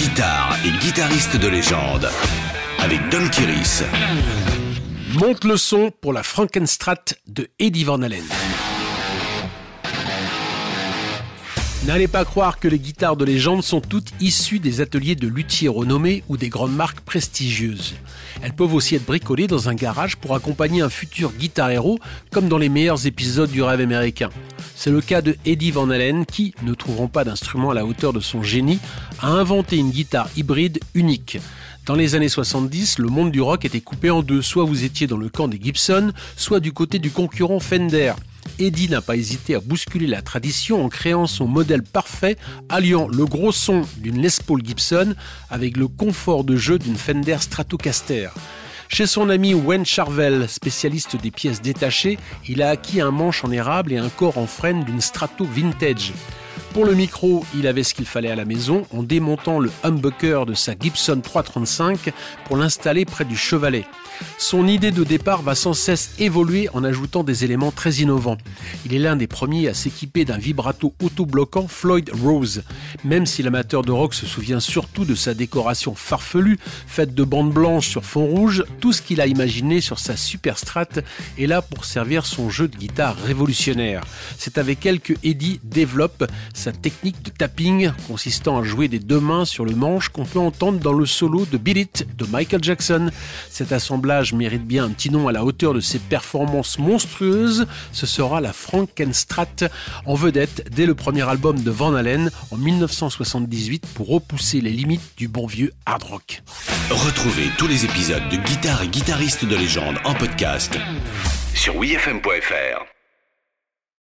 guitare et guitariste de légende avec Don Kiris. Monte le son pour la Frankenstrat de Eddie Van Halen. N'allez pas croire que les guitares de légende sont toutes issues des ateliers de luthiers renommés ou des grandes marques prestigieuses. Elles peuvent aussi être bricolées dans un garage pour accompagner un futur guitar héros, comme dans les meilleurs épisodes du rêve américain. C'est le cas de Eddie Van Halen qui, ne trouvant pas d'instrument à la hauteur de son génie, a inventé une guitare hybride unique. Dans les années 70, le monde du rock était coupé en deux. Soit vous étiez dans le camp des Gibson, soit du côté du concurrent Fender. Eddie n'a pas hésité à bousculer la tradition en créant son modèle parfait, alliant le gros son d'une Les Paul Gibson avec le confort de jeu d'une Fender Stratocaster. Chez son ami Wayne Charvel, spécialiste des pièces détachées, il a acquis un manche en érable et un corps en frêne d'une Strato vintage. Pour le micro, il avait ce qu'il fallait à la maison en démontant le humbucker de sa Gibson 335 pour l'installer près du chevalet. Son idée de départ va sans cesse évoluer en ajoutant des éléments très innovants. Il est l'un des premiers à s'équiper d'un vibrato autobloquant Floyd Rose. Même si l'amateur de rock se souvient surtout de sa décoration farfelue, faite de bandes blanches sur fond rouge, tout ce qu'il a imaginé sur sa Super Strat est là pour servir son jeu de guitare révolutionnaire. C'est avec elle que Eddie développe sa technique de tapping consistant à jouer des deux mains sur le manche qu'on peut entendre dans le solo de Beat It de Michael Jackson. Cet assemblage mérite bien un petit nom à la hauteur de ses performances monstrueuses. Ce sera la Frankenstrat, en vedette dès le premier album de Van Halen en 1978 pour repousser les limites du bon vieux hard rock. Retrouvez tous les épisodes de Guitare et guitariste de légende en podcast sur wifm.fr.